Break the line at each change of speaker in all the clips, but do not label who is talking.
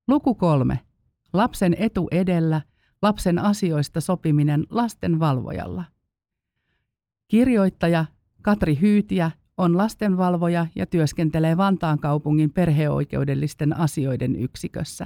Luku 3. Lapsen etu edellä. Lapsen asioista sopiminen lastenvalvojalla. Kirjoittaja Katri Hyytiä on lastenvalvoja ja työskentelee Vantaan kaupungin perheoikeudellisten asioiden yksikössä.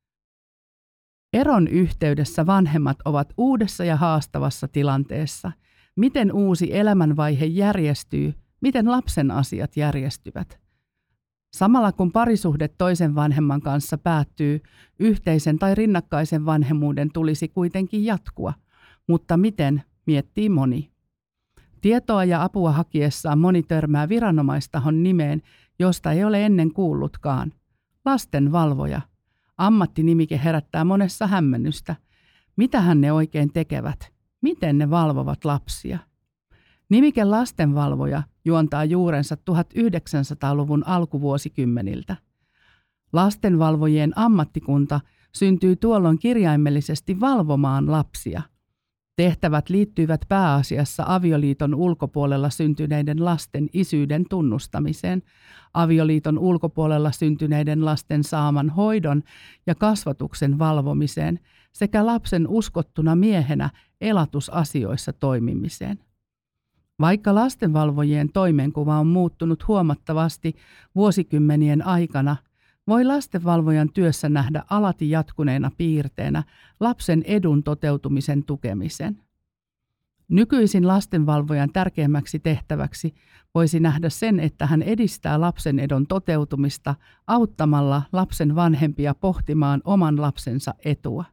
Eron yhteydessä vanhemmat ovat uudessa ja haastavassa tilanteessa. Miten uusi elämänvaihe järjestyy, miten lapsen asiat järjestyvät. Samalla kun parisuhde toisen vanhemman kanssa päättyy, yhteisen tai rinnakkaisen vanhemmuuden tulisi kuitenkin jatkua. Mutta miten, miettii moni. Tietoa ja apua hakiessaan moni törmää viranomaistahon nimeen, josta ei ole ennen kuullutkaan. Lastenvalvoja. Ammattinimike herättää monessa hämmennystä. Mitähän ne oikein tekevät? Miten ne valvovat lapsia? Nimike lastenvalvoja juontaa juurensa 1900-luvun alkuvuosikymmeniltä. Lastenvalvojien ammattikunta syntyi tuolloin kirjaimellisesti valvomaan lapsia. Tehtävät liittyivät pääasiassa avioliiton ulkopuolella syntyneiden lasten isyyden tunnustamiseen, avioliiton ulkopuolella syntyneiden lasten saaman hoidon ja kasvatuksen valvomiseen sekä lapsen uskottuna miehenä elatusasioissa toimimiseen. Vaikka lastenvalvojien toimenkuva on muuttunut huomattavasti vuosikymmenien aikana, voi lastenvalvojan työssä nähdä alati jatkuneena piirteenä lapsen edun toteutumisen tukemisen. Nykyisin lastenvalvojan tärkeimmäksi tehtäväksi voisi nähdä sen, että hän edistää lapsen edun toteutumista auttamalla lapsen vanhempia pohtimaan oman lapsensa etua.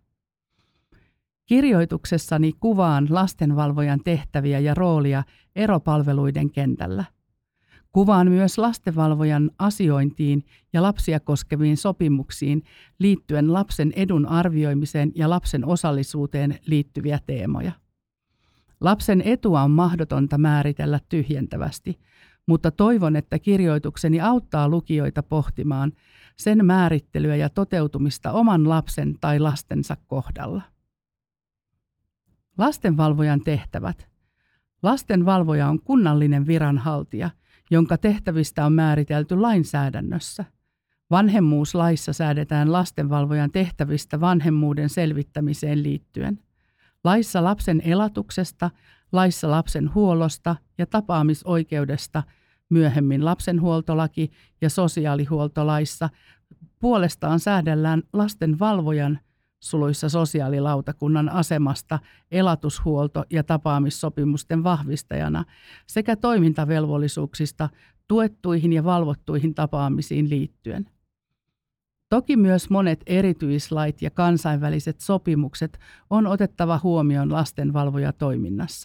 Kirjoituksessani kuvaan lastenvalvojan tehtäviä ja roolia eropalveluiden kentällä. Kuvaan myös lastenvalvojan asiointiin ja lapsia koskeviin sopimuksiin liittyen lapsen edun arvioimiseen ja lapsen osallisuuteen liittyviä teemoja. Lapsen etua on mahdotonta määritellä tyhjentävästi, mutta toivon, että kirjoitukseni auttaa lukijoita pohtimaan sen määrittelyä ja toteutumista oman lapsen tai lastensa kohdalla. Lastenvalvojan tehtävät. Lastenvalvoja on kunnallinen viranhaltija, jonka tehtävistä on määritelty lainsäädännössä. Vanhemmuuslaissa säädetään lastenvalvojan tehtävistä vanhemmuuden selvittämiseen liittyen. Laissa lapsen elatuksesta, laissa lapsen huollosta ja tapaamisoikeudesta, myöhemmin lapsenhuoltolaki ja sosiaalihuoltolaissa puolestaan säädellään lastenvalvojan suluissa sosiaalilautakunnan asemasta elatushuolto- ja tapaamissopimusten vahvistajana sekä toimintavelvollisuuksista tuettuihin ja valvottuihin tapaamisiin liittyen. Toki myös monet erityislait ja kansainväliset sopimukset on otettava huomioon lastenvalvojatoiminnassa.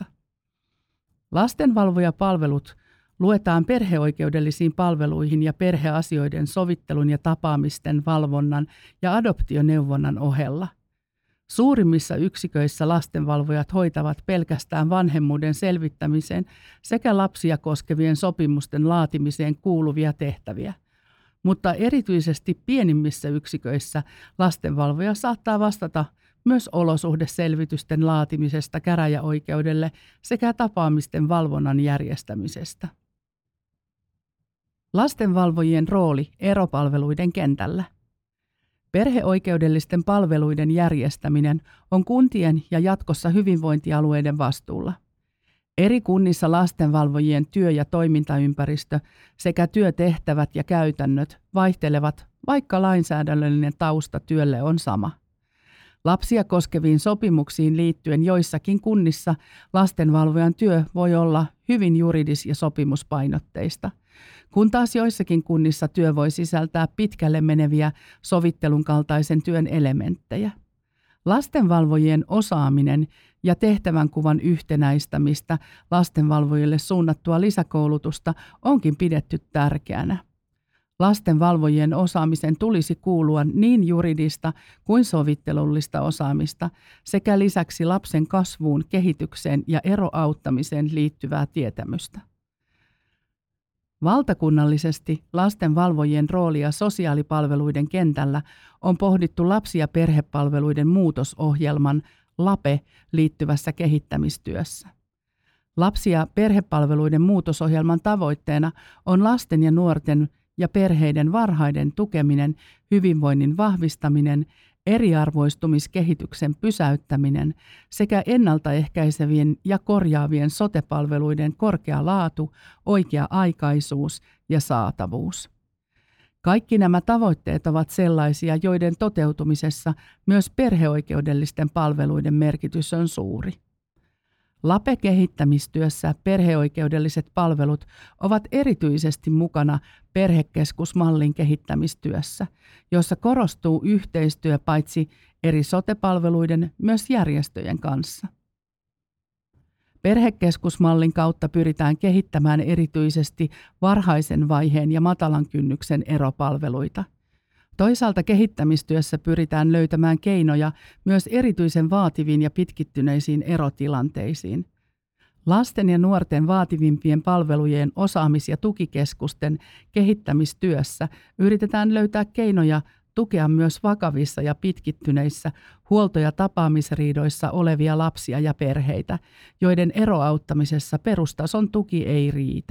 Lastenvalvojapalvelut luetaan perheoikeudellisiin palveluihin ja perheasioiden sovittelun ja tapaamisten valvonnan ja adoptioneuvonnan ohella. Suurimmissa yksiköissä lastenvalvojat hoitavat pelkästään vanhemmuuden selvittämiseen sekä lapsia koskevien sopimusten laatimiseen kuuluvia tehtäviä. Mutta erityisesti pienimmissä yksiköissä lastenvalvoja saattaa vastata myös olosuhdeselvitysten laatimisesta käräjäoikeudelle sekä tapaamisten valvonnan järjestämisestä. Lastenvalvojien rooli eropalveluiden kentällä. Perheoikeudellisten palveluiden järjestäminen on kuntien ja jatkossa hyvinvointialueiden vastuulla. Eri kunnissa lastenvalvojien työ- ja toimintaympäristö sekä työtehtävät ja käytännöt vaihtelevat, vaikka lainsäädännöllinen tausta työlle on sama. Lapsia koskeviin sopimuksiin liittyen joissakin kunnissa lastenvalvojan työ voi olla hyvin juridis- ja sopimuspainotteista, kun taas joissakin kunnissa työ voi sisältää pitkälle meneviä sovittelun kaltaisen työn elementtejä. Lastenvalvojien osaaminen ja tehtävänkuvan yhtenäistämistä lastenvalvojille suunnattua lisäkoulutusta onkin pidetty tärkeänä. Lastenvalvojien osaamisen tulisi kuulua niin juridista kuin sovittelullista osaamista sekä lisäksi lapsen kasvuun, kehitykseen ja eroauttamiseen liittyvää tietämystä. Valtakunnallisesti lastenvalvojien roolia sosiaalipalveluiden kentällä on pohdittu lapsi- ja perhepalveluiden muutosohjelman LAPE liittyvässä kehittämistyössä. Lapsi- ja perhepalveluiden muutosohjelman tavoitteena on lasten ja nuorten ja perheiden varhainen tukeminen, hyvinvoinnin vahvistaminen, eriarvoistumiskehityksen pysäyttäminen sekä ennaltaehkäisevien ja korjaavien sote-palveluiden korkea laatu, oikea-aikaisuus ja saatavuus. Kaikki nämä tavoitteet ovat sellaisia, joiden toteutumisessa myös perheoikeudellisten palveluiden merkitys on suuri. LAPE-kehittämistyössä perheoikeudelliset palvelut ovat erityisesti mukana perhekeskusmallin kehittämistyössä, jossa korostuu yhteistyö paitsi eri sote-palveluiden myös järjestöjen kanssa. Perhekeskusmallin kautta pyritään kehittämään erityisesti varhaisen vaiheen ja matalan kynnyksen eropalveluita. Toisaalta kehittämistyössä pyritään löytämään keinoja myös erityisen vaativiin ja pitkittyneisiin erotilanteisiin. Lasten ja nuorten vaativimpien palvelujen osaamis- ja tukikeskusten kehittämistyössä yritetään löytää keinoja tukea myös vakavissa ja pitkittyneissä huolto- ja tapaamisriidoissa olevia lapsia ja perheitä, joiden eroauttamisessa perustason tuki ei riitä.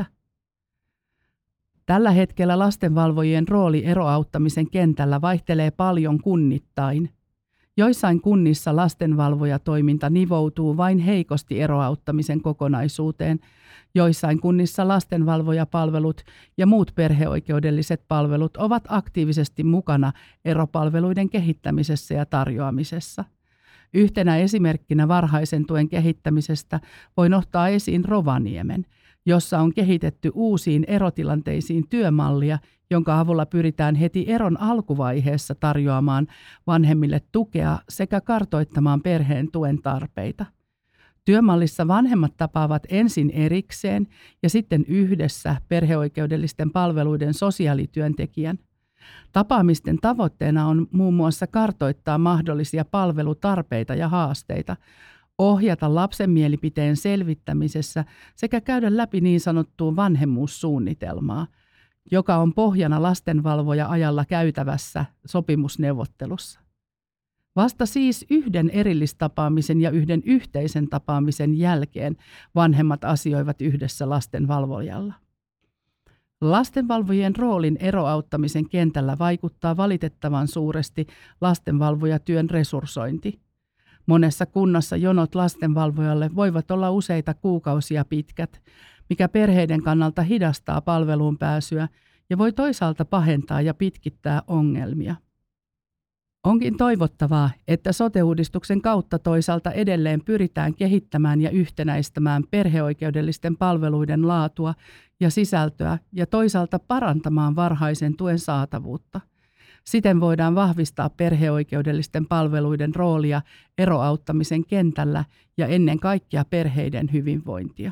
Tällä hetkellä lastenvalvojien rooli eroauttamisen kentällä vaihtelee paljon kunnittain. Joissain kunnissa lastenvalvojatoiminta nivoutuu vain heikosti eroauttamisen kokonaisuuteen. Joissain kunnissa lastenvalvojapalvelut ja muut perheoikeudelliset palvelut ovat aktiivisesti mukana eropalveluiden kehittämisessä ja tarjoamisessa. Yhtenä esimerkkinä varhaisen tuen kehittämisestä voi nostaa esiin Rovaniemen, jossa on kehitetty uusiin erotilanteisiin työmallia, jonka avulla pyritään heti eron alkuvaiheessa tarjoamaan vanhemmille tukea sekä kartoittamaan perheen tuen tarpeita. Työmallissa vanhemmat tapaavat ensin erikseen ja sitten yhdessä perheoikeudellisten palveluiden sosiaalityöntekijän. Tapaamisten tavoitteena on muun muassa kartoittaa mahdollisia palvelutarpeita ja haasteita, ohjata lapsen mielipiteen selvittämisessä sekä käydä läpi niin sanottua vanhemmuussuunnitelmaa, joka on pohjana lastenvalvoja-ajalla käytävässä sopimusneuvottelussa. Vasta siis yhden erillistapaamisen ja yhden yhteisen tapaamisen jälkeen vanhemmat asioivat yhdessä lastenvalvojalla. Lastenvalvojien roolin eroauttamisen kentällä vaikuttaa valitettavan suuresti lastenvalvojatyön resurssointi. Monessa kunnassa jonot lastenvalvojalle voivat olla useita kuukausia pitkät, mikä perheiden kannalta hidastaa palveluun pääsyä ja voi toisaalta pahentaa ja pitkittää ongelmia. Onkin toivottavaa, että sote-uudistuksen kautta toisaalta edelleen pyritään kehittämään ja yhtenäistämään perheoikeudellisten palveluiden laatua ja sisältöä ja toisaalta parantamaan varhaisen tuen saatavuutta. Siten voidaan vahvistaa perheoikeudellisten palveluiden roolia eroauttamisen kentällä ja ennen kaikkea perheiden hyvinvointia.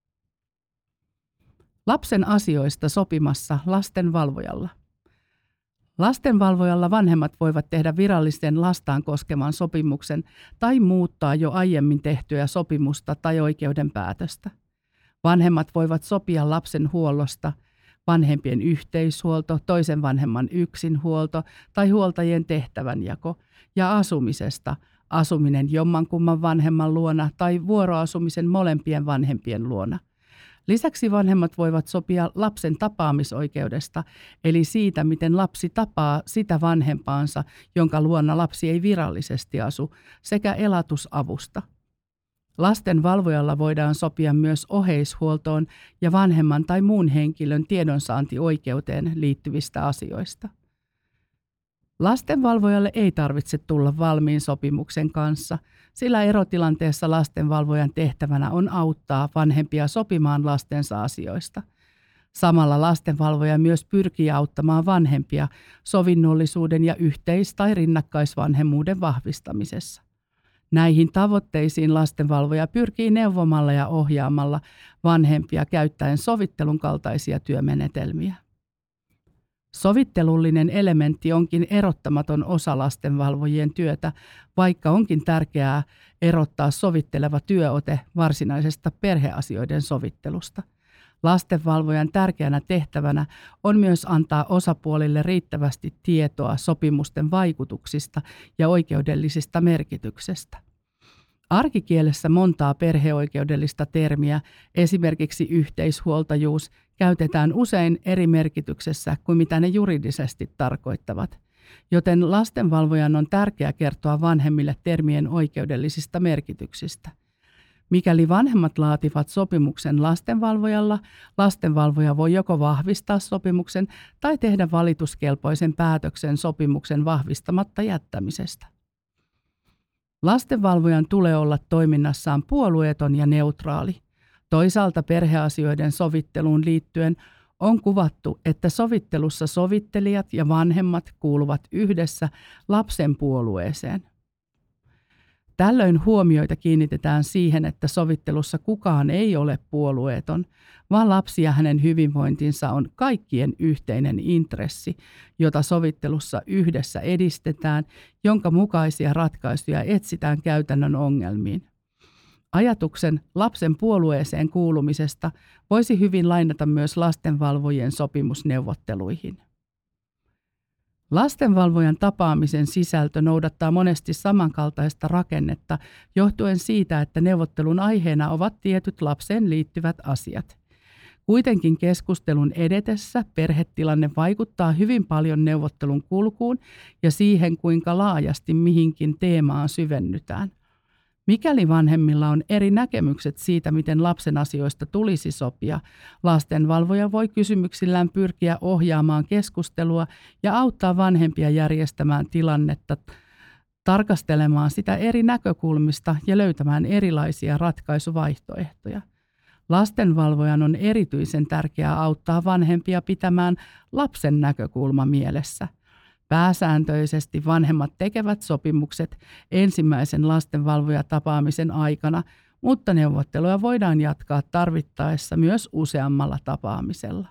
Lapsen asioista sopimassa lastenvalvojalla. Lastenvalvojalla vanhemmat voivat tehdä virallisen lastaan koskevan sopimuksen tai muuttaa jo aiemmin tehtyä sopimusta tai oikeudenpäätöstä. Vanhemmat voivat sopia lapsen huollosta, vanhempien yhteishuolto, toisen vanhemman yksinhuolto tai huoltajien tehtävänjako ja asumisesta, asuminen jommankumman vanhemman luona tai vuoroasumisen molempien vanhempien luona. Lisäksi vanhemmat voivat sopia lapsen tapaamisoikeudesta, eli siitä, miten lapsi tapaa sitä vanhempaansa, jonka luona lapsi ei virallisesti asu, sekä elatusavusta. Lastenvalvojalla voidaan sopia myös oheishuoltoon ja vanhemman tai muun henkilön tiedonsaantioikeuteen liittyvistä asioista. Lastenvalvojalle ei tarvitse tulla valmiin sopimuksen kanssa, sillä erotilanteessa lastenvalvojan tehtävänä on auttaa vanhempia sopimaan lastensa asioista. Samalla lastenvalvoja myös pyrkii auttamaan vanhempia sovinnollisuuden ja yhteis- tai rinnakkaisvanhemmuuden vahvistamisessa. Näihin tavoitteisiin lastenvalvoja pyrkii neuvomalla ja ohjaamalla vanhempia käyttäen sovittelun kaltaisia työmenetelmiä. Sovittelullinen elementti onkin erottamaton osa lastenvalvojien työtä, vaikka onkin tärkeää erottaa sovitteleva työote varsinaisesta perheasioiden sovittelusta. Lastenvalvojan tärkeänä tehtävänä on myös antaa osapuolille riittävästi tietoa sopimusten vaikutuksista ja oikeudellisista merkityksestä. Arkikielessä montaa perheoikeudellista termiä, esimerkiksi yhteishuoltajuus, käytetään usein eri merkityksessä kuin mitä ne juridisesti tarkoittavat, joten lastenvalvojan on tärkeää kertoa vanhemmille termien oikeudellisista merkityksistä. Mikäli vanhemmat laativat sopimuksen lastenvalvojalla, lastenvalvoja voi joko vahvistaa sopimuksen tai tehdä valituskelpoisen päätöksen sopimuksen vahvistamatta jättämisestä. Lastenvalvojan tulee olla toiminnassaan puolueeton ja neutraali. Toisaalta perheasioiden sovitteluun liittyen on kuvattu, että sovittelussa sovittelijat ja vanhemmat kuuluvat yhdessä lapsen puolueeseen. Tällöin huomioita kiinnitetään siihen, että sovittelussa kukaan ei ole puolueeton, vaan lapsi ja hänen hyvinvointinsa on kaikkien yhteinen intressi, jota sovittelussa yhdessä edistetään, jonka mukaisia ratkaisuja etsitään käytännön ongelmiin. Ajatuksen lapsen puolueeseen kuulumisesta voisi hyvin lainata myös lastenvalvojien sopimusneuvotteluihin. Lastenvalvojan tapaamisen sisältö noudattaa monesti samankaltaista rakennetta johtuen siitä, että neuvottelun aiheena ovat tietyt lapseen liittyvät asiat. Kuitenkin keskustelun edetessä perhetilanne vaikuttaa hyvin paljon neuvottelun kulkuun ja siihen, kuinka laajasti mihinkin teemaan syvennytään. Mikäli vanhemmilla on eri näkemykset siitä, miten lapsen asioista tulisi sopia, lastenvalvoja voi kysymyksillään pyrkiä ohjaamaan keskustelua ja auttaa vanhempia järjestämään tilannetta, tarkastelemaan sitä eri näkökulmista ja löytämään erilaisia ratkaisuvaihtoehtoja. Lastenvalvojan on erityisen tärkeää auttaa vanhempia pitämään lapsen näkökulma mielessä. Pääsääntöisesti vanhemmat tekevät sopimukset ensimmäisen lastenvalvojatapaamisen aikana, mutta neuvotteluja voidaan jatkaa tarvittaessa myös useammalla tapaamisella.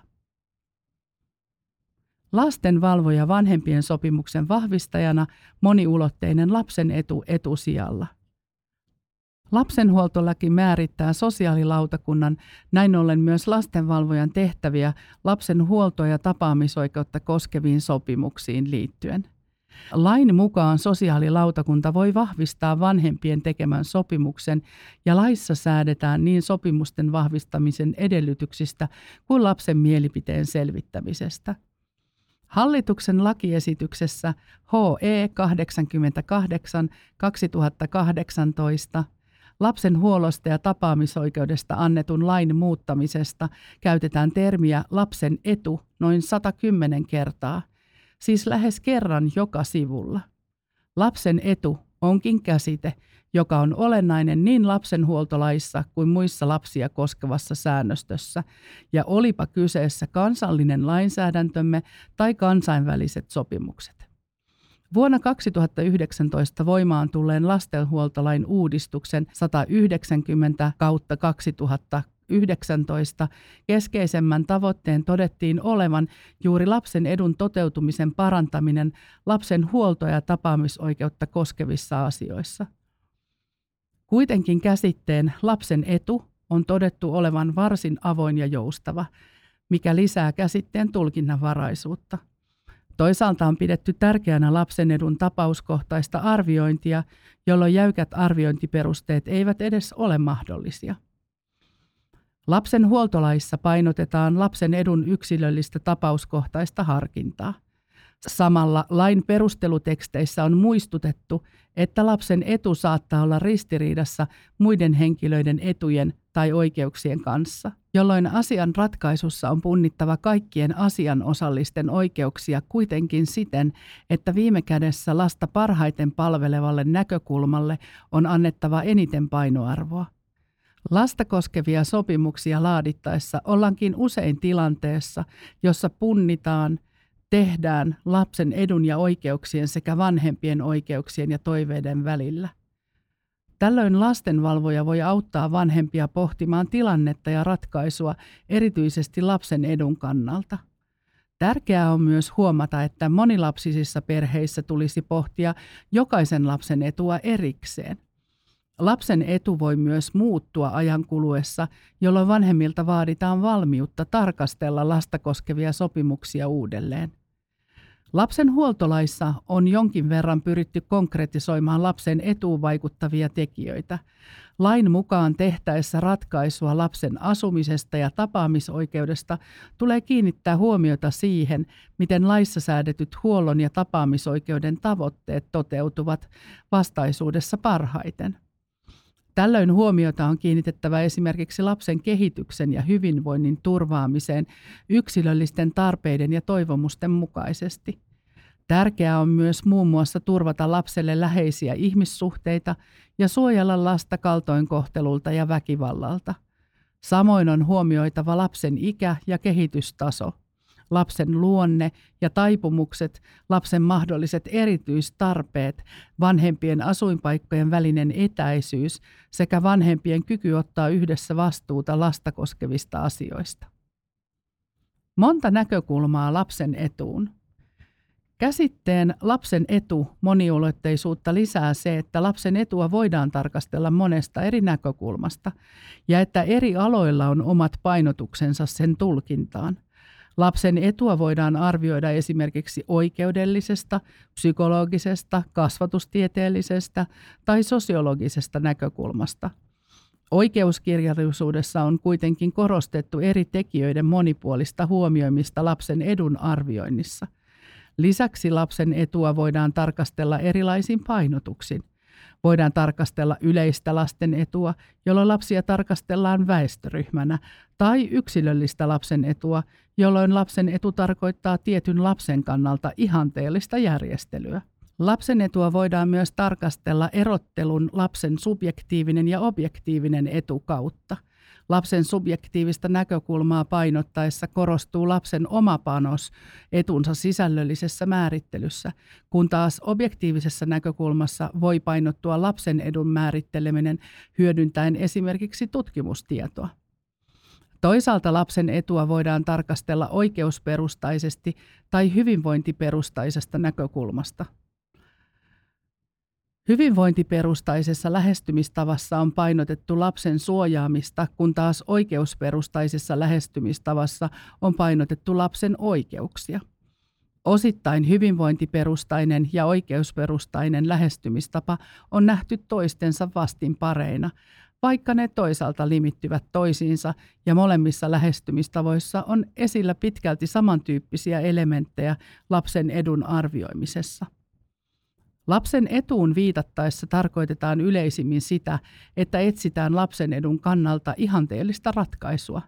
Lastenvalvoja vanhempien sopimuksen vahvistajana, moniulotteinen lapsen etu etusijalla. Lapsenhuoltolaki määrittää sosiaalilautakunnan, näin ollen myös lastenvalvojan tehtäviä lapsen huoltoa ja tapaamisoikeutta koskeviin sopimuksiin liittyen. Lain mukaan sosiaalilautakunta voi vahvistaa vanhempien tekemän sopimuksen ja laissa säädetään niin sopimusten vahvistamisen edellytyksistä kuin lapsen mielipiteen selvittämisestä. Hallituksen lakiesityksessä HE 88/2018 lapsen huollosta ja tapaamisoikeudesta annetun lain muuttamisesta käytetään termiä lapsen etu noin 110 kertaa, siis lähes kerran joka sivulla. Lapsen etu onkin käsite, joka on olennainen niin lapsenhuoltolaissa kuin muissa lapsia koskevassa säännöstössä, ja olipa kyseessä kansallinen lainsäädäntömme tai kansainväliset sopimukset. Vuonna 2019 voimaan tulleen lastenhuoltolain uudistuksen 190/2019 keskeisemmän tavoitteen todettiin olevan juuri lapsen edun toteutumisen parantaminen lapsen huoltoa ja tapaamisoikeutta koskevissa asioissa. Kuitenkin käsitteen lapsen etu on todettu olevan varsin avoin ja joustava, mikä lisää käsitteen tulkinnanvaraisuutta. Toisaalta on pidetty tärkeänä lapsen edun tapauskohtaista arviointia, jolloin jäykät arviointiperusteet eivät edes ole mahdollisia. Lapsen huoltolaissa painotetaan lapsen edun yksilöllistä tapauskohtaista harkintaa. Samalla lain perusteluteksteissä on muistutettu, että lapsen etu saattaa olla ristiriidassa muiden henkilöiden etujen tai oikeuksien kanssa, jolloin asian ratkaisussa on punnittava kaikkien asianosallisten oikeuksia kuitenkin siten, että viime kädessä lasta parhaiten palvelevalle näkökulmalle on annettava eniten painoarvoa. Lasta koskevia sopimuksia laadittaessa ollaankin usein tilanteessa, jossa punnitaan, tehdään lapsen edun ja oikeuksien sekä vanhempien oikeuksien ja toiveiden välillä. Tällöin lastenvalvoja voi auttaa vanhempia pohtimaan tilannetta ja ratkaisua erityisesti lapsen edun kannalta. Tärkeää on myös huomata, että monilapsisissa perheissä tulisi pohtia jokaisen lapsen etua erikseen. Lapsen etu voi myös muuttua ajan kuluessa, jolloin vanhemmilta vaaditaan valmiutta tarkastella lasta koskevia sopimuksia uudelleen. Lapsen huoltolaissa on jonkin verran pyritty konkretisoimaan lapsen etuun vaikuttavia tekijöitä. Lain mukaan tehtäessä ratkaisua lapsen asumisesta ja tapaamisoikeudesta tulee kiinnittää huomiota siihen, miten laissa säädetyt huollon ja tapaamisoikeuden tavoitteet toteutuvat vastaisuudessa parhaiten. Tällöin huomiota on kiinnitettävä esimerkiksi lapsen kehityksen ja hyvinvoinnin turvaamiseen yksilöllisten tarpeiden ja toivomusten mukaisesti. Tärkeää on myös muun muassa turvata lapselle läheisiä ihmissuhteita ja suojella lasta kaltoinkohtelulta ja väkivallalta. Samoin on huomioitava lapsen ikä ja kehitystaso, lapsen luonne ja taipumukset, lapsen mahdolliset erityistarpeet, vanhempien asuinpaikkojen välinen etäisyys sekä vanhempien kyky ottaa yhdessä vastuuta lasta koskevista asioista. Monta näkökulmaa lapsen etuun. Käsitteen lapsen etu moniulotteisuutta lisää se, että lapsen etua voidaan tarkastella monesta eri näkökulmasta ja että eri aloilla on omat painotuksensa sen tulkintaan. Lapsen etua voidaan arvioida esimerkiksi oikeudellisesta, psykologisesta, kasvatustieteellisestä tai sosiologisesta näkökulmasta. Oikeuskirjallisuudessa on kuitenkin korostettu eri tekijöiden monipuolista huomioimista lapsen edun arvioinnissa. Lisäksi lapsen etua voidaan tarkastella erilaisin painotuksin. Voidaan tarkastella yleistä lasten etua, jolloin lapsia tarkastellaan väestöryhmänä, tai yksilöllistä lapsen etua, jolloin lapsen etu tarkoittaa tietyn lapsen kannalta ihanteellista järjestelyä. Lapsen etua voidaan myös tarkastella erottelun lapsen subjektiivinen ja objektiivinen etu kautta. Lapsen subjektiivista näkökulmaa painottaessa korostuu lapsen oma panos etunsa sisällöllisessä määrittelyssä, kun taas objektiivisessa näkökulmassa voi painottua lapsen edun määritteleminen hyödyntäen esimerkiksi tutkimustietoa. Toisaalta lapsen etua voidaan tarkastella oikeusperustaisesti tai hyvinvointiperustaisesta näkökulmasta. Hyvinvointiperustaisessa lähestymistavassa on painotettu lapsen suojaamista, kun taas oikeusperustaisessa lähestymistavassa on painotettu lapsen oikeuksia. Osittain hyvinvointiperustainen ja oikeusperustainen lähestymistapa on nähty toistensa vastinpareina, vaikka ne toisaalta limittyvät toisiinsa ja molemmissa lähestymistavoissa on esillä pitkälti samantyyppisiä elementtejä lapsen edun arvioimisessa. Lapsen etuun viitattaessa tarkoitetaan yleisimmin sitä, että etsitään lapsen edun kannalta ihanteellista ratkaisua.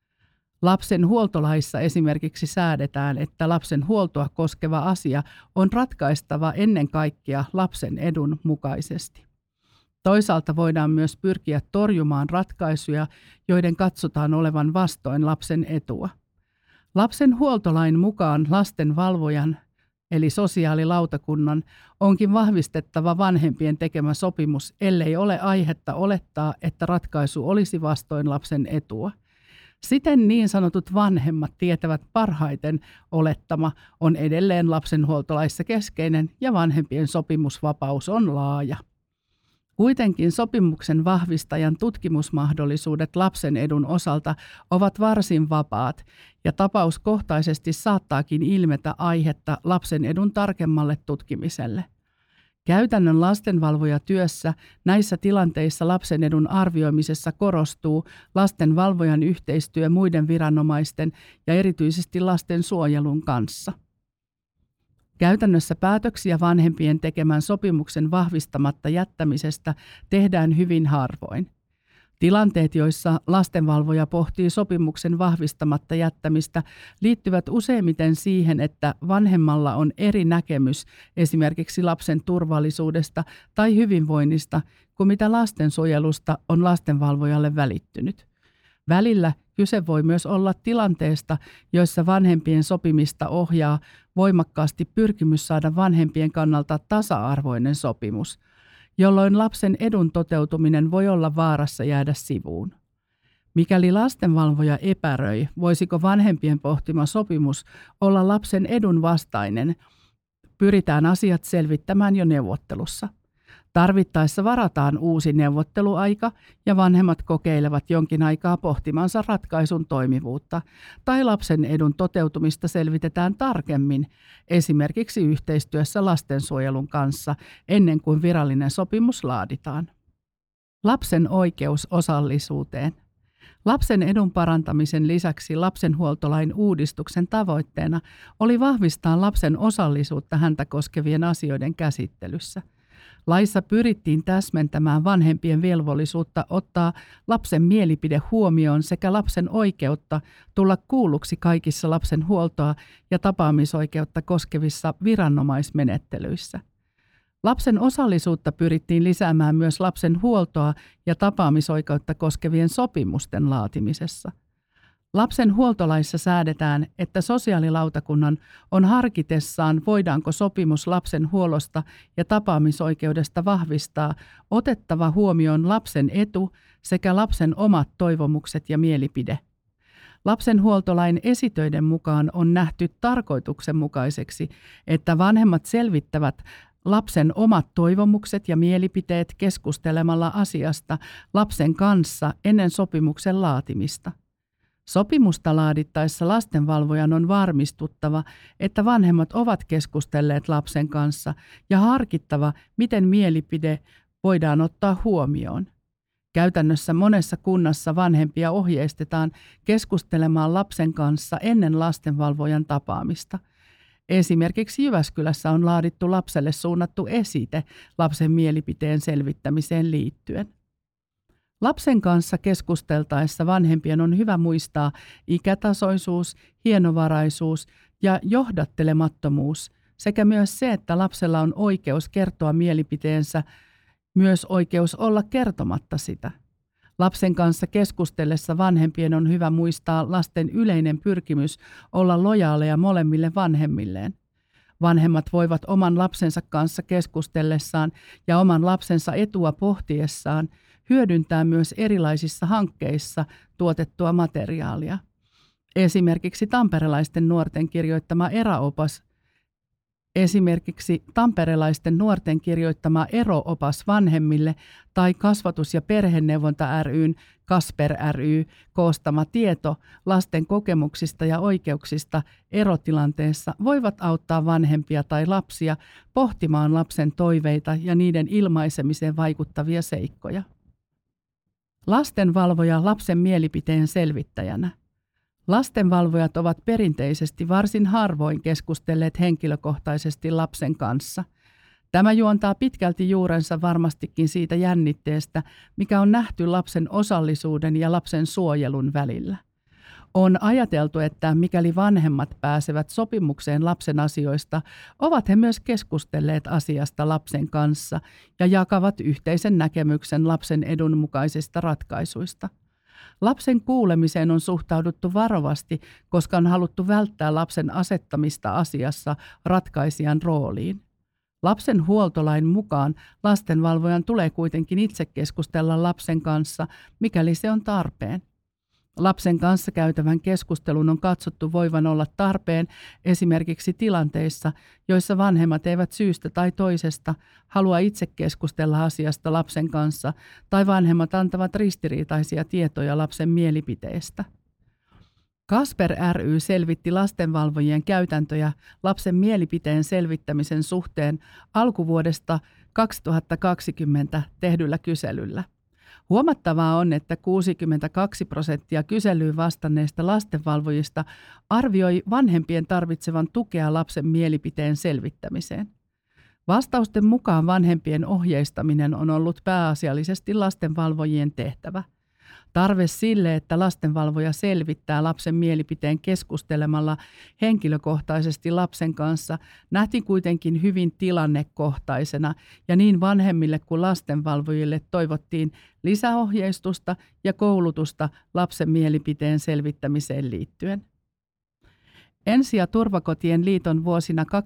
Lapsen huoltolaissa esimerkiksi säädetään, että lapsen huoltoa koskeva asia on ratkaistava ennen kaikkea lapsen edun mukaisesti. Toisaalta voidaan myös pyrkiä torjumaan ratkaisuja, joiden katsotaan olevan vastoin lapsen etua. Lapsen huoltolain mukaan lastenvalvojan eli sosiaalilautakunnan onkin vahvistettava vanhempien tekemä sopimus, ellei ole aihetta olettaa, että ratkaisu olisi vastoin lapsen etua. Siten niin sanotut vanhemmat tietävät parhaiten olettama on edelleen lapsenhuoltolaissa keskeinen ja vanhempien sopimusvapaus on laaja. Kuitenkin sopimuksen vahvistajan tutkimusmahdollisuudet lapsen edun osalta ovat varsin vapaat ja tapauskohtaisesti saattaakin ilmetä aihetta lapsen edun tarkemmalle tutkimiselle. Käytännön lastenvalvojatyössä näissä tilanteissa lapsen edun arvioimisessa korostuu lastenvalvojan yhteistyö muiden viranomaisten ja erityisesti lastensuojelun kanssa. Käytännössä päätöksiä vanhempien tekemän sopimuksen vahvistamatta jättämisestä tehdään hyvin harvoin. Tilanteet, joissa lastenvalvoja pohtii sopimuksen vahvistamatta jättämistä, liittyvät useimmiten siihen, että vanhemmalla on eri näkemys esimerkiksi lapsen turvallisuudesta tai hyvinvoinnista kuin mitä lastensuojelusta on lastenvalvojalle välittynyt. Välillä kyse voi myös olla tilanteesta, joissa vanhempien sopimista ohjaa voimakkaasti pyrkimys saada vanhempien kannalta tasa-arvoinen sopimus, jolloin lapsen edun toteutuminen voi olla vaarassa jäädä sivuun. Mikäli lastenvalvoja epäröi, voisiko vanhempien pohtima sopimus olla lapsen edun vastainen, pyritään asiat selvittämään jo neuvottelussa. Tarvittaessa varataan uusi neuvotteluaika ja vanhemmat kokeilevat jonkin aikaa pohtimansa ratkaisun toimivuutta tai lapsen edun toteutumista selvitetään tarkemmin, esimerkiksi yhteistyössä lastensuojelun kanssa ennen kuin virallinen sopimus laaditaan. Lapsen oikeus osallisuuteen. Lapsen edun parantamisen lisäksi lapsenhuoltolain uudistuksen tavoitteena oli vahvistaa lapsen osallisuutta häntä koskevien asioiden käsittelyssä. Laissa pyrittiin täsmentämään vanhempien velvollisuutta ottaa lapsen mielipide huomioon sekä lapsen oikeutta tulla kuulluksi kaikissa lapsen huoltoa ja tapaamisoikeutta koskevissa viranomaismenettelyissä. Lapsen osallisuutta pyrittiin lisäämään myös lapsen huoltoa ja tapaamisoikeutta koskevien sopimusten laatimisessa. Lapsen huoltolaissa säädetään, että sosiaalilautakunnan on harkitessaan, voidaanko sopimus lapsen huollosta ja tapaamisoikeudesta vahvistaa, otettava huomioon lapsen etu sekä lapsen omat toivomukset ja mielipide. Lapsenhuoltolain esitöiden mukaan on nähty tarkoituksenmukaiseksi, että vanhemmat selvittävät lapsen omat toivomukset ja mielipiteet keskustelemalla asiasta lapsen kanssa ennen sopimuksen laatimista. Sopimusta laadittaessa lastenvalvojan on varmistuttava, että vanhemmat ovat keskustelleet lapsen kanssa ja harkittava, miten mielipide voidaan ottaa huomioon. Käytännössä monessa kunnassa vanhempia ohjeistetaan keskustelemaan lapsen kanssa ennen lastenvalvojan tapaamista. Esimerkiksi Jyväskylässä on laadittu lapselle suunnattu esite lapsen mielipiteen selvittämiseen liittyen. Lapsen kanssa keskusteltaessa vanhempien on hyvä muistaa ikätasoisuus, hienovaraisuus ja johdattelemattomuus sekä myös se, että lapsella on oikeus kertoa mielipiteensä, myös oikeus olla kertomatta sitä. Lapsen kanssa keskustellessa vanhempien on hyvä muistaa lasten yleinen pyrkimys olla lojaaleja molemmille vanhemmilleen. Vanhemmat voivat oman lapsensa kanssa keskustellessaan ja oman lapsensa etua pohtiessaan hyödyntää myös erilaisissa hankkeissa tuotettua materiaalia. Esimerkiksi tamperelaisten nuorten kirjoittama ero-opas vanhemmille tai Kasvatus- ja perheneuvonta ry:n Kasper ry koostama tieto lasten kokemuksista ja oikeuksista erotilanteessa voivat auttaa vanhempia tai lapsia pohtimaan lapsen toiveita ja niiden ilmaisemiseen vaikuttavia seikkoja. Lastenvalvoja lapsen mielipiteen selvittäjänä. Lastenvalvojat ovat perinteisesti varsin harvoin keskustelleet henkilökohtaisesti lapsen kanssa. Tämä juontaa pitkälti juurensa varmastikin siitä jännitteestä, mikä on nähty lapsen osallisuuden ja lapsen suojelun välillä. On ajateltu, että mikäli vanhemmat pääsevät sopimukseen lapsen asioista, ovat he myös keskustelleet asiasta lapsen kanssa ja jakavat yhteisen näkemyksen lapsen edun mukaisista ratkaisuista. Lapsen kuulemiseen on suhtauduttu varovasti, koska on haluttu välttää lapsen asettamista asiassa ratkaisijan rooliin. Lapsen huoltolain mukaan lastenvalvojan tulee kuitenkin itse keskustella lapsen kanssa, mikäli se on tarpeen. Lapsen kanssa käytävän keskustelun on katsottu voivan olla tarpeen esimerkiksi tilanteissa, joissa vanhemmat eivät syystä tai toisesta halua itse keskustella asiasta lapsen kanssa tai vanhemmat antavat ristiriitaisia tietoja lapsen mielipiteestä. Kasper ry selvitti lastenvalvojien käytäntöjä lapsen mielipiteen selvittämisen suhteen alkuvuodesta 2020 tehdyllä kyselyllä. Huomattavaa on, että 62% kyselyyn vastanneista lastenvalvojista arvioi vanhempien tarvitsevan tukea lapsen mielipiteen selvittämiseen. Vastausten mukaan vanhempien ohjeistaminen on ollut pääasiallisesti lastenvalvojien tehtävä. Tarve sille, että lastenvalvoja selvittää lapsen mielipiteen keskustelemalla henkilökohtaisesti lapsen kanssa, nähtiin kuitenkin hyvin tilannekohtaisena ja niin vanhemmille kuin lastenvalvojille toivottiin lisäohjeistusta ja koulutusta lapsen mielipiteen selvittämiseen liittyen. Ensi- ja turvakotien liiton vuosina 2019-2020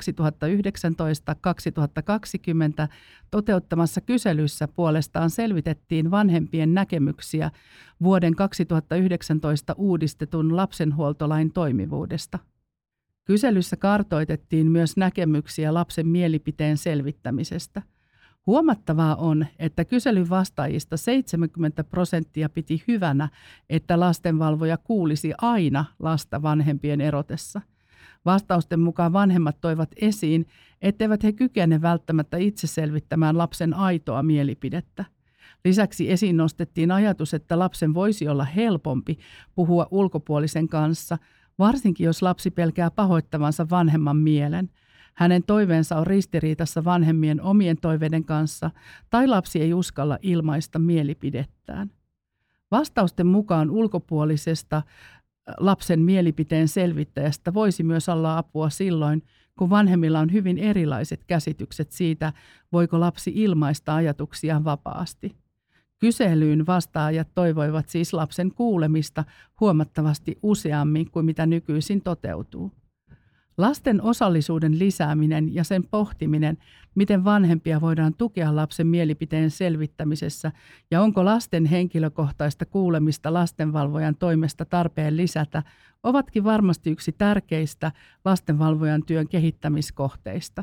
toteuttamassa kyselyssä puolestaan selvitettiin vanhempien näkemyksiä vuoden 2019 uudistetun lapsenhuoltolain toimivuudesta. Kyselyssä kartoitettiin myös näkemyksiä lapsen mielipiteen selvittämisestä. Huomattavaa on, että kyselyn vastaajista 70% piti hyvänä, että lastenvalvoja kuulisi aina lasta vanhempien erotessa. Vastausten mukaan vanhemmat toivat esiin, etteivät he kykene välttämättä itse selvittämään lapsen aitoa mielipidettä. Lisäksi esiin nostettiin ajatus, että lapsen voisi olla helpompi puhua ulkopuolisen kanssa, varsinkin jos lapsi pelkää pahoittavansa vanhemman mielen. Hänen toiveensa on ristiriidassa vanhemmien omien toiveiden kanssa tai lapsi ei uskalla ilmaista mielipidettään. Vastausten mukaan ulkopuolisesta lapsen mielipiteen selvittäjästä voisi myös olla apua silloin, kun vanhemmilla on hyvin erilaiset käsitykset siitä, voiko lapsi ilmaista ajatuksiaan vapaasti. Kyselyyn vastaajat toivoivat siis lapsen kuulemista huomattavasti useammin kuin mitä nykyisin toteutuu. Lasten osallisuuden lisääminen ja sen pohtiminen, miten vanhempia voidaan tukea lapsen mielipiteen selvittämisessä ja onko lasten henkilökohtaista kuulemista lastenvalvojan toimesta tarpeen lisätä, ovatkin varmasti yksi tärkeistä lastenvalvojan työn kehittämiskohteista.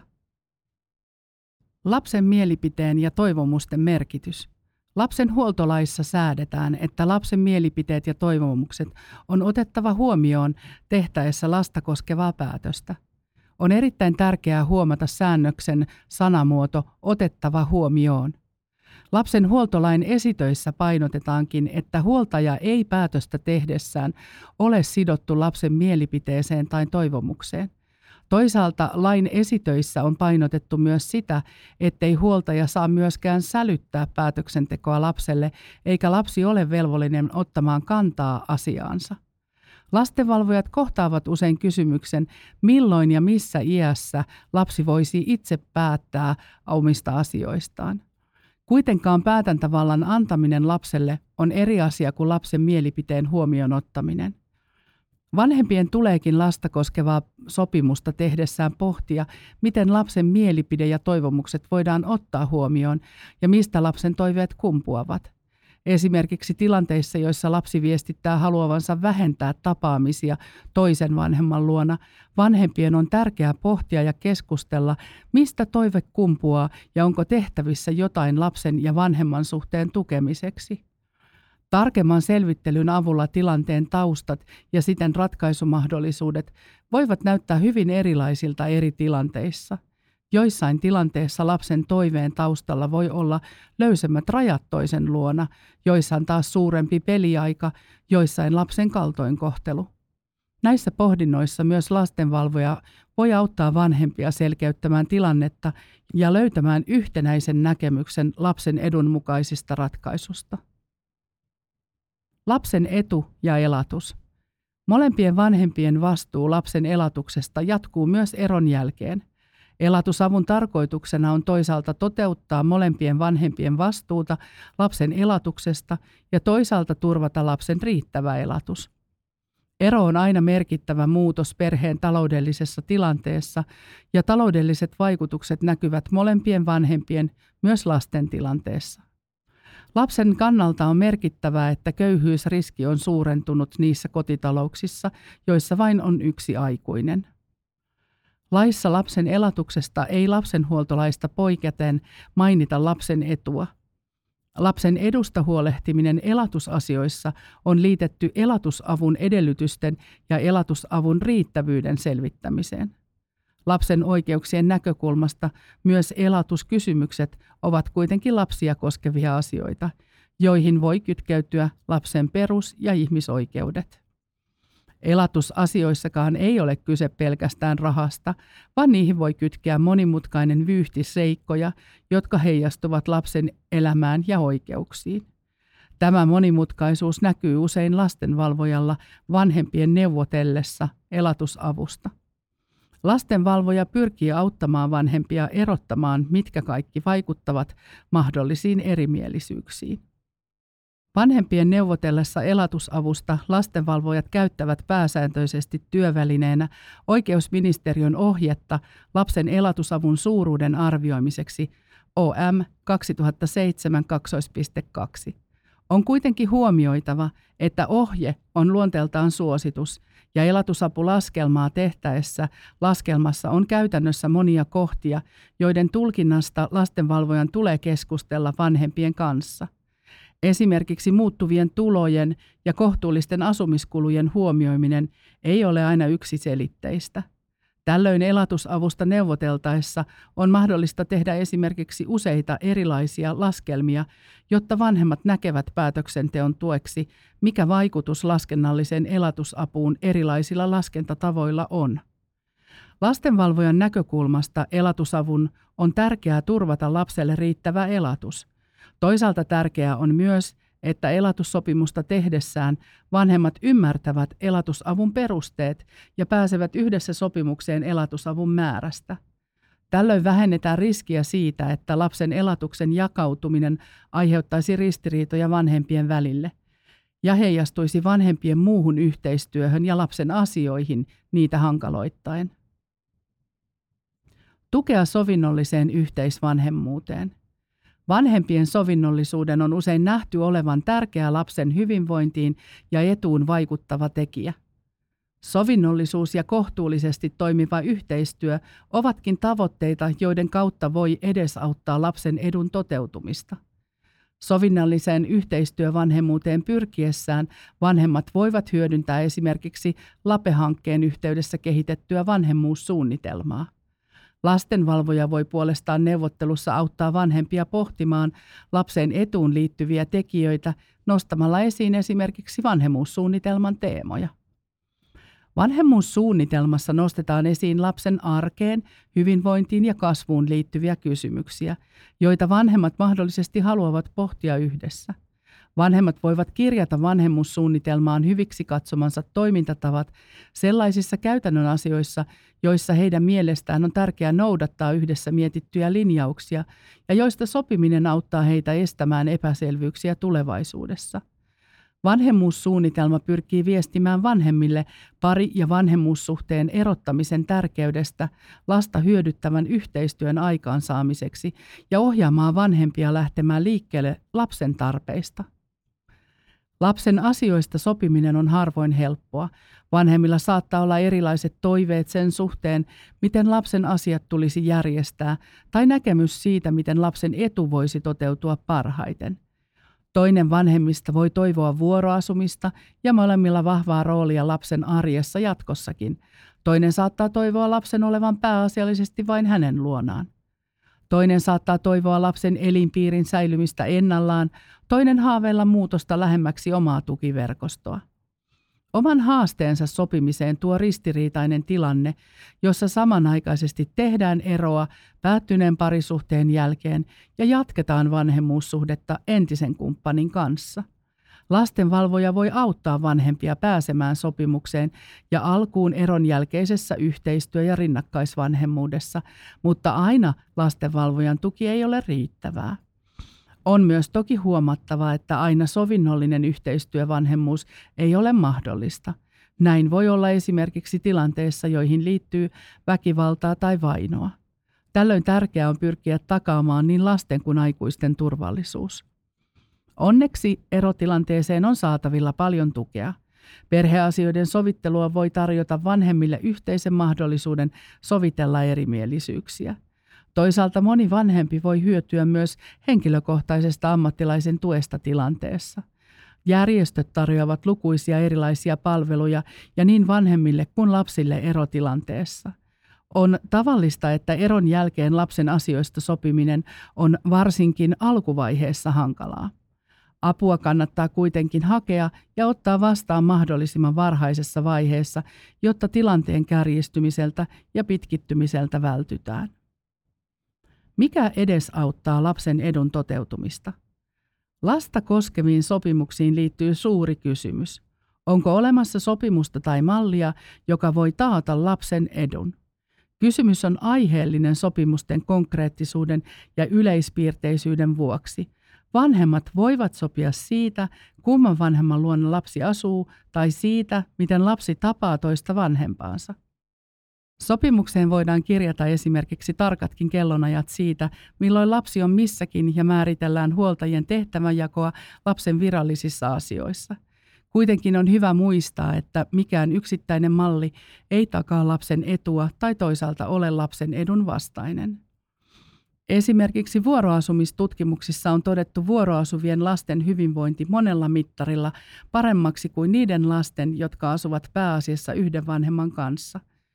Lapsen mielipiteen ja toivomusten merkitys. Lapsen huoltolaissa säädetään, että lapsen mielipiteet ja toivomukset on otettava huomioon tehtäessä lasta koskevaa päätöstä. On erittäin tärkeää huomata säännöksen sanamuoto otettava huomioon. Lapsen huoltolain esitöissä painotetaankin, että huoltaja ei päätöstä tehdessään ole sidottu lapsen mielipiteeseen tai toivomukseen. Toisaalta lain esitöissä on painotettu myös sitä, ettei huoltaja saa myöskään sälyttää päätöksentekoa lapselle, eikä lapsi ole velvollinen ottamaan kantaa asiaansa. Lastenvalvojat kohtaavat usein kysymyksen, milloin ja missä iässä lapsi voisi itse päättää omista asioistaan. Kuitenkaan päätäntävallan antaminen lapselle on eri asia kuin lapsen mielipiteen huomioon ottaminen. Vanhempien tuleekin lasta koskevaa sopimusta tehdessään pohtia, miten lapsen mielipide ja toivomukset voidaan ottaa huomioon ja mistä lapsen toiveet kumpuavat. Esimerkiksi tilanteissa, joissa lapsi viestittää haluavansa vähentää tapaamisia toisen vanhemman luona, vanhempien on tärkeää pohtia ja keskustella, mistä toive kumpuaa ja onko tehtävissä jotain lapsen ja vanhemman suhteen tukemiseksi. Tarkemman selvittelyn avulla tilanteen taustat ja siten ratkaisumahdollisuudet voivat näyttää hyvin erilaisilta eri tilanteissa. Joissain tilanteissa lapsen toiveen taustalla voi olla löysemmät rajat toisen luona, joissain taas suurempi peliaika, joissain lapsen kaltoinkohtelu. Näissä pohdinnoissa myös lastenvalvoja voi auttaa vanhempia selkeyttämään tilannetta ja löytämään yhtenäisen näkemyksen lapsen edun mukaisista ratkaisusta. Lapsen etu ja elatus. Molempien vanhempien vastuu lapsen elatuksesta jatkuu myös eron jälkeen. Elatusavun tarkoituksena on toisaalta toteuttaa molempien vanhempien vastuuta lapsen elatuksesta ja toisaalta turvata lapsen riittävä elatus. Ero on aina merkittävä muutos perheen taloudellisessa tilanteessa ja taloudelliset vaikutukset näkyvät molempien vanhempien, myös lasten tilanteessa. Lapsen kannalta on merkittävää, että köyhyysriski on suurentunut niissä kotitalouksissa, joissa vain on yksi aikuinen. Laissa lapsen elatuksesta ei lapsenhuoltolaista poiketen mainita lapsen etua. Lapsen edusta huolehtiminen elatusasioissa on liitetty elatusavun edellytysten ja elatusavun riittävyyden selvittämiseen. Lapsen oikeuksien näkökulmasta myös elatuskysymykset ovat kuitenkin lapsia koskevia asioita, joihin voi kytkeytyä lapsen perus- ja ihmisoikeudet. Elatusasioissakaan ei ole kyse pelkästään rahasta, vaan niihin voi kytkeä monimutkainen vyyhti seikkoja, jotka heijastuvat lapsen elämään ja oikeuksiin. Tämä monimutkaisuus näkyy usein lastenvalvojalla vanhempien neuvotellessa elatusavusta. Lastenvalvoja pyrkii auttamaan vanhempia erottamaan, mitkä kaikki vaikuttavat mahdollisiin erimielisyyksiin. Vanhempien neuvotellessa elatusavusta lastenvalvojat käyttävät pääsääntöisesti työvälineenä oikeusministeriön ohjetta lapsen elatusavun suuruuden arvioimiseksi OM 2007-2. On kuitenkin huomioitava, että ohje on luonteeltaan suositus ja elatusapulaskelmaa tehtäessä laskelmassa on käytännössä monia kohtia, joiden tulkinnasta lastenvalvojan tulee keskustella vanhempien kanssa. Esimerkiksi muuttuvien tulojen ja kohtuullisten asumiskulujen huomioiminen ei ole aina yksiselitteistä. Tällöin elatusavusta neuvoteltaessa on mahdollista tehdä esimerkiksi useita erilaisia laskelmia, jotta vanhemmat näkevät päätöksenteon tueksi, mikä vaikutus laskennalliseen elatusapuun erilaisilla laskentatavoilla on. Lastenvalvojan näkökulmasta elatusavun on tärkeää turvata lapselle riittävä elatus. Toisaalta tärkeää on myös, että elatussopimusta tehdessään vanhemmat ymmärtävät elatusavun perusteet ja pääsevät yhdessä sopimukseen elatusavun määrästä. Tällöin vähennetään riskiä siitä, että lapsen elatuksen jakautuminen aiheuttaisi ristiriitoja vanhempien välille ja heijastuisi vanhempien muuhun yhteistyöhön ja lapsen asioihin niitä hankaloittaen. Tukea sovinnolliseen yhteisvanhemmuuteen. Vanhempien sovinnollisuuden on usein nähty olevan tärkeä lapsen hyvinvointiin ja etuun vaikuttava tekijä. Sovinnollisuus ja kohtuullisesti toimiva yhteistyö ovatkin tavoitteita, joiden kautta voi edesauttaa lapsen edun toteutumista. Sovinnolliseen yhteistyövanhemmuuteen pyrkiessään vanhemmat voivat hyödyntää esimerkiksi LAPE-hankkeen yhteydessä kehitettyä vanhemmuussuunnitelmaa. Lastenvalvoja voi puolestaan neuvottelussa auttaa vanhempia pohtimaan lapsen etuun liittyviä tekijöitä nostamalla esiin esimerkiksi vanhemmuussuunnitelman teemoja. Vanhemmuussuunnitelmassa nostetaan esiin lapsen arkeen, hyvinvointiin ja kasvuun liittyviä kysymyksiä, joita vanhemmat mahdollisesti haluavat pohtia yhdessä. Vanhemmat voivat kirjata vanhemmuussuunnitelmaan hyviksi katsomansa toimintatavat sellaisissa käytännön asioissa, joissa heidän mielestään on tärkeää noudattaa yhdessä mietittyjä linjauksia ja joista sopiminen auttaa heitä estämään epäselvyyksiä tulevaisuudessa. Vanhemmuussuunnitelma pyrkii viestimään vanhemmille pari- ja vanhemmuussuhteen erottamisen tärkeydestä lasta hyödyttävän yhteistyön aikaansaamiseksi ja ohjaamaan vanhempia lähtemään liikkeelle lapsen tarpeista. Lapsen asioista sopiminen on harvoin helppoa. Vanhemmilla saattaa olla erilaiset toiveet sen suhteen, miten lapsen asiat tulisi järjestää, tai näkemys siitä, miten lapsen etu voisi toteutua parhaiten. Toinen vanhemmista voi toivoa vuoroasumista ja molemmilla vahvaa roolia lapsen arjessa jatkossakin. Toinen saattaa toivoa lapsen olevan pääasiallisesti vain hänen luonaan. Toinen saattaa toivoa lapsen elinpiirin säilymistä ennallaan, toinen haaveilla muutosta lähemmäksi omaa tukiverkostoa. Oman haasteensa sopimiseen tuo ristiriitainen tilanne, jossa samanaikaisesti tehdään eroa päättyneen parisuhteen jälkeen ja jatketaan vanhemmuussuhdetta entisen kumppanin kanssa. Lastenvalvoja voi auttaa vanhempia pääsemään sopimukseen ja alkuun eron jälkeisessä yhteistyö- ja rinnakkaisvanhemmuudessa, mutta aina lastenvalvojan tuki ei ole riittävää. On myös toki huomattava, että aina sovinnollinen yhteistyövanhemmuus ei ole mahdollista. Näin voi olla esimerkiksi tilanteessa, joihin liittyy väkivaltaa tai vainoa. Tällöin tärkeää on pyrkiä takaamaan niin lasten kuin aikuisten turvallisuus. Onneksi erotilanteeseen on saatavilla paljon tukea. Perheasioiden sovittelua voi tarjota vanhemmille yhteisen mahdollisuuden sovitella erimielisyyksiä. Toisaalta moni vanhempi voi hyötyä myös henkilökohtaisesta ammattilaisen tuesta tilanteessa. Järjestöt tarjoavat lukuisia erilaisia palveluja ja niin vanhemmille kuin lapsille erotilanteessa. On tavallista, että eron jälkeen lapsen asioista sopiminen on varsinkin alkuvaiheessa hankalaa. Apua kannattaa kuitenkin hakea ja ottaa vastaan mahdollisimman varhaisessa vaiheessa, jotta tilanteen kärjistymiseltä ja pitkittymiseltä vältytään. Mikä edesauttaa lapsen edun toteutumista? Lasta koskeviin sopimuksiin liittyy suuri kysymys. Onko olemassa sopimusta tai mallia, joka voi taata lapsen edun? Kysymys on aiheellinen sopimusten konkreettisuuden ja yleispiirteisyyden vuoksi. Vanhemmat voivat sopia siitä, kumman vanhemman luona lapsi asuu, tai siitä, miten lapsi tapaa toista vanhempaansa. Sopimukseen voidaan kirjata esimerkiksi tarkatkin kellonajat siitä, milloin lapsi on missäkin ja määritellään huoltajien tehtävänjakoa lapsen virallisissa asioissa. Kuitenkin on hyvä muistaa, että mikään yksittäinen malli ei takaa lapsen etua tai toisaalta ole lapsen edun vastainen. Esimerkiksi vuoroasumistutkimuksissa on todettu vuoroasuvien lasten hyvinvointi monella mittarilla paremmaksi kuin niiden lasten, jotka asuvat pääasiassa yhden vanhemman kanssa.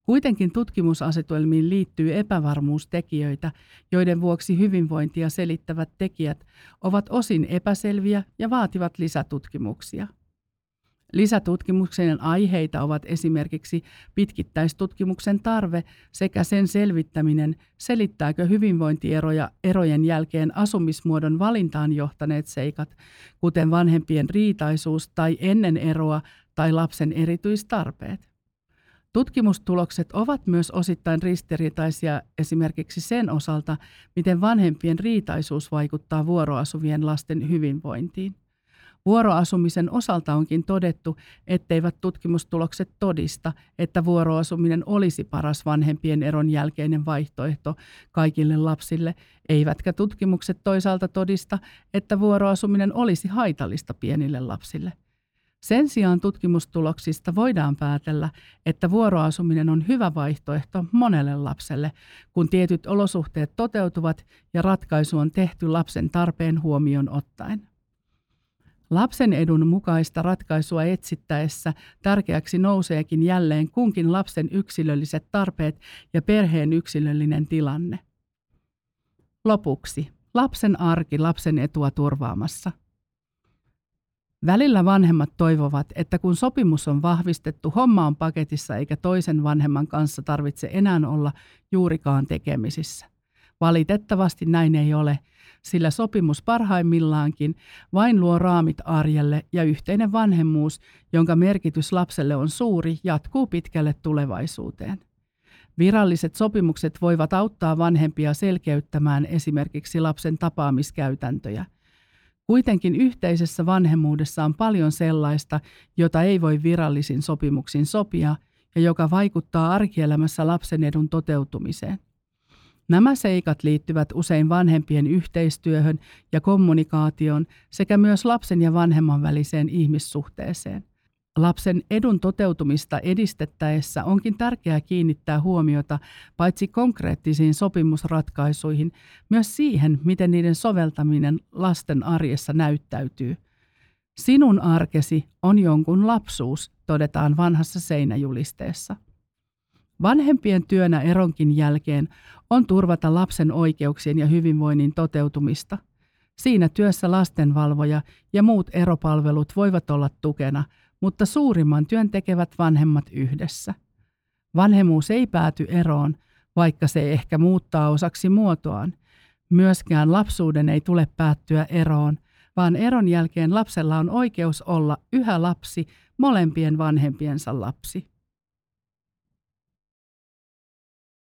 Kuitenkin tutkimusasetelmiin liittyy epävarmuustekijöitä, joiden vuoksi hyvinvointia selittävät tekijät ovat osin epäselviä ja vaativat lisätutkimuksia. Lisätutkimuksen aiheita ovat esimerkiksi pitkittäistutkimuksen tarve sekä sen selvittäminen, selittääkö hyvinvointieroja erojen jälkeen asumismuodon valintaan johtaneet seikat, kuten vanhempien riitaisuus tai ennen eroa tai lapsen erityistarpeet. Tutkimustulokset ovat myös osittain ristiriitaisia esimerkiksi sen osalta, miten vanhempien riitaisuus vaikuttaa vuoroasuvien lasten hyvinvointiin. Vuoroasumisen osalta onkin todettu, etteivät tutkimustulokset todista, että vuoroasuminen olisi paras vanhempien eron jälkeinen vaihtoehto kaikille lapsille, eivätkä tutkimukset toisaalta todista, että vuoroasuminen olisi haitallista pienille lapsille. Sen sijaan tutkimustuloksista voidaan päätellä, että vuoroasuminen on hyvä vaihtoehto monelle lapselle, kun tietyt olosuhteet toteutuvat ja ratkaisu on tehty lapsen tarpeen huomioon ottaen. Lapsen edun mukaista ratkaisua etsittäessä tärkeäksi nouseekin jälleen kunkin lapsen yksilölliset tarpeet ja perheen yksilöllinen tilanne. Lopuksi, lapsen arki lapsen etua turvaamassa. Välillä vanhemmat toivovat, että kun sopimus on vahvistettu, homma on paketissa eikä toisen vanhemman kanssa tarvitse enää olla juurikaan tekemisissä. Valitettavasti näin ei ole, sillä sopimus parhaimmillaankin vain luo raamit arjelle ja yhteinen vanhemmuus, jonka merkitys lapselle on suuri, jatkuu pitkälle tulevaisuuteen. Viralliset sopimukset voivat auttaa vanhempia selkeyttämään esimerkiksi lapsen tapaamiskäytäntöjä. Kuitenkin yhteisessä vanhemmuudessa on paljon sellaista, jota ei voi virallisin sopimuksin sopia ja joka vaikuttaa arkielämässä lapsen edun toteutumiseen. Nämä seikat liittyvät usein vanhempien yhteistyöhön ja kommunikaatioon sekä myös lapsen ja vanhemman väliseen ihmissuhteeseen. Lapsen edun toteutumista edistettäessä onkin tärkeää kiinnittää huomiota paitsi konkreettisiin sopimusratkaisuihin, myös siihen, miten niiden soveltaminen lasten arjessa näyttäytyy. Sinun arkesi on jonkun lapsuus, todetaan vanhassa seinäjulisteessa. Vanhempien työnä eronkin jälkeen on turvata lapsen oikeuksien ja hyvinvoinnin toteutumista. Siinä työssä lastenvalvoja ja muut eropalvelut voivat olla tukena, mutta suurimman työn tekevät vanhemmat yhdessä. Vanhemmuus ei pääty eroon, vaikka se ehkä muuttaa osaksi muotoaan. Myöskään lapsuuden ei tule päättyä eroon, vaan eron jälkeen lapsella on oikeus olla yhä lapsi, molempien vanhempiensa lapsi.